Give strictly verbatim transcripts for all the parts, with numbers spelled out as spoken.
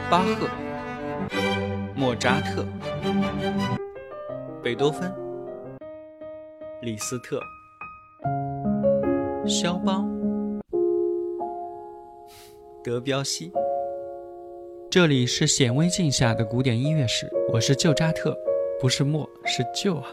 巴赫、莫扎特、贝多芬、李斯特、肖邦、德彪西。这里是显微镜下的古典音乐史，我是旧扎特，不是莫，是旧啊。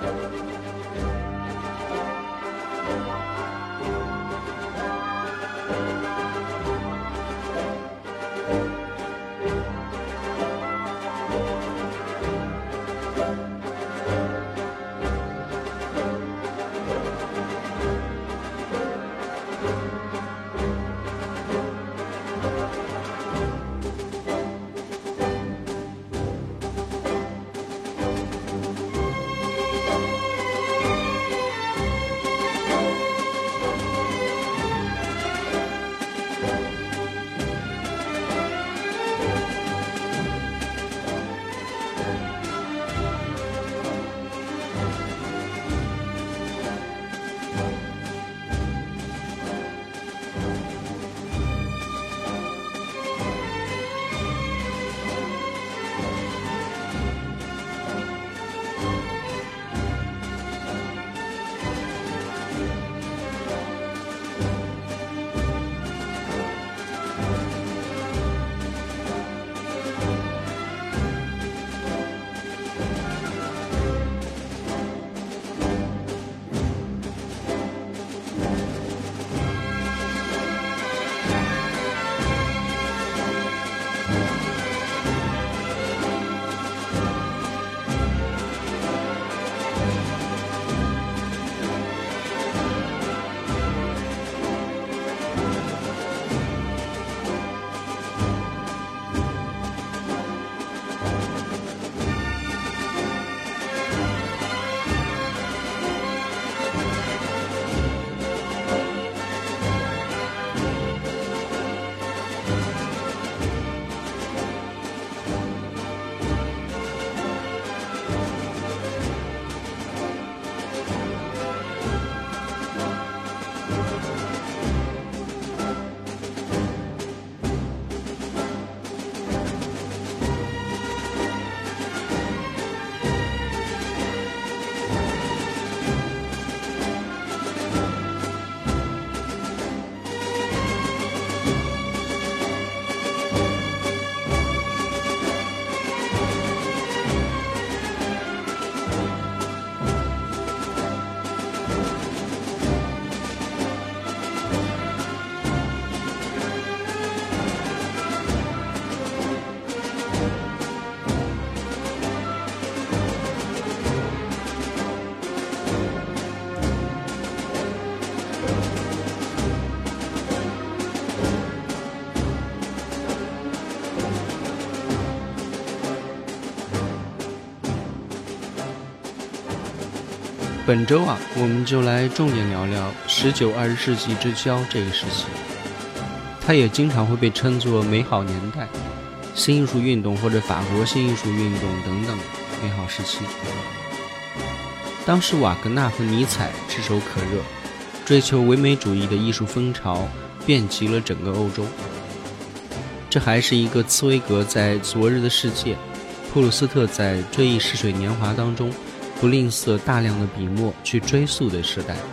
本周啊，我们就来重点聊聊十九、二十世纪之交这个时期。它也经常会被称作美好年代、新艺术运动或者法国新艺术运动等等美好时期。当时瓦格纳和尼采炙手可热，追求唯美主义的艺术风潮遍及了整个欧洲。这还是一个茨威格在《昨日的世界》，普鲁斯特在《追忆逝水年华》当中不吝啬大量的笔墨去追溯的时代。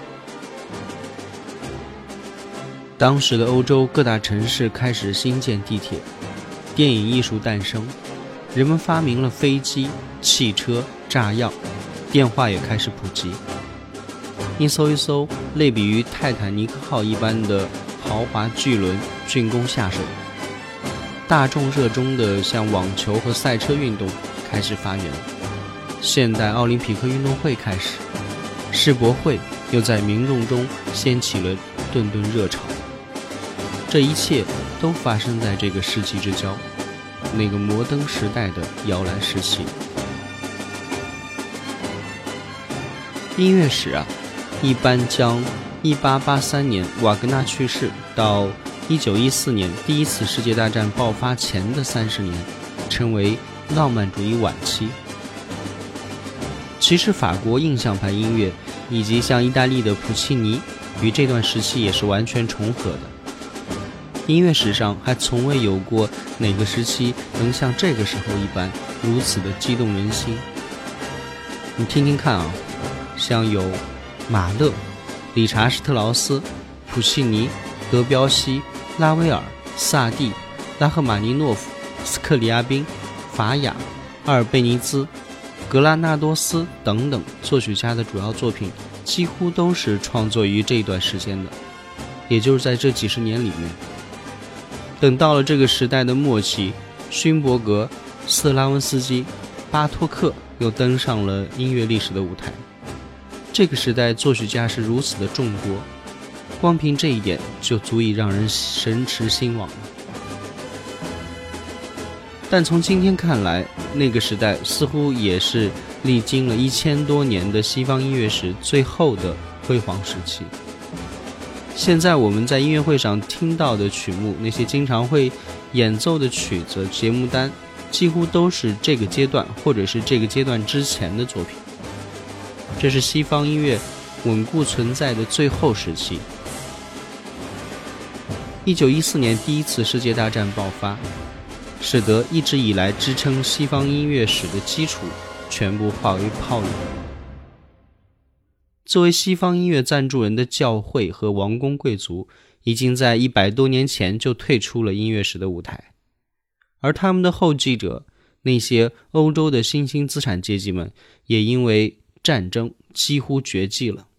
当时的欧洲各大城市开始兴建地铁，电影艺术诞生，人们发明了飞机、汽车、炸药，电话也开始普及。一艘一艘类比于泰坦尼克号一般的豪华巨轮竣工下水，大众热衷的像网球和赛车运动开始发源，现代奥林匹克运动会开始，世博会又在民众中掀起了顿顿热潮。这一切都发生在这个世纪之交，那个摩登时代的摇篮时期。音乐史啊，一般将一八八三年瓦格纳去世到一九一四年第一次世界大战爆发前的三十年称为浪漫主义晚期。其实法国印象派音乐以及像意大利的普契尼与这段时期也是完全重合的。音乐史上还从未有过哪个时期能像这个时候一般如此的激动人心。你听听看啊，像有马勒、理查施特劳斯、普契尼、德彪西、拉威尔、萨蒂、拉赫玛尼诺夫、斯克里亚宾、法雅、阿尔贝尼兹、 格拉纳多斯等等作曲家的主要作品几乎都是创作于这一段时间的，也就是在这几十年里面。等到了这个时代的末期，勋伯格、斯特拉文斯基、巴托克又登上了音乐历史的舞台。这个时代作曲家是如此的众多，光凭这一点就足以让人神驰心往了。但从今天看来，那个时代似乎也是历经了一千多年的西方音乐史最后的辉煌时期。现在我们在音乐会上听到的曲目，那些经常会演奏的曲子、节目单，几乎都是这个阶段或者是这个阶段之前的作品。这是西方音乐稳固存在的最后时期。一九一四年第一次世界大战爆发，使得一直以来支撑西方音乐史的基础全部化为泡影。作为西方音乐赞助人的教会和王公贵族，已经在一百多年前就退出了音乐史的舞台，而他们的后继者，那些欧洲的新兴资产阶级们，也因为战争几乎绝迹了。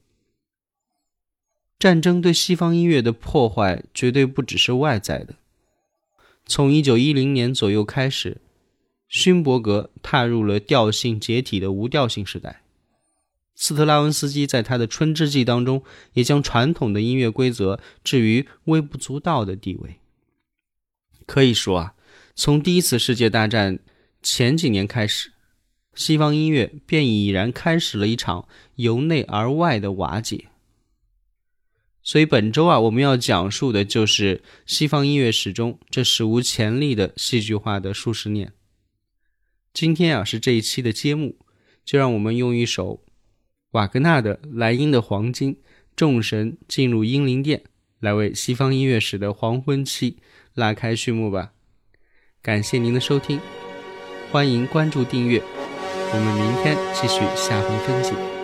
战争对西方音乐的破坏绝对不只是外在的。从一九一零年左右开始，勋伯格踏入了调性解体的无调性时代。斯特拉文斯基在他的春之祭当中，也将传统的音乐规则置于微不足道的地位。可以说啊，从第一次世界大战前几年开始，西方音乐便已然开始了一场由内而外的瓦解。所以本周啊，我们要讲述的就是西方音乐史中这史无前例的戏剧化的数十年。今天啊，是这一期的揭幕，就让我们用一首瓦格纳的《莱茵的黄金》，众神进入英灵殿，来为西方音乐史的黄昏期拉开序幕吧。感谢您的收听，欢迎关注订阅，我们明天继续下回分解。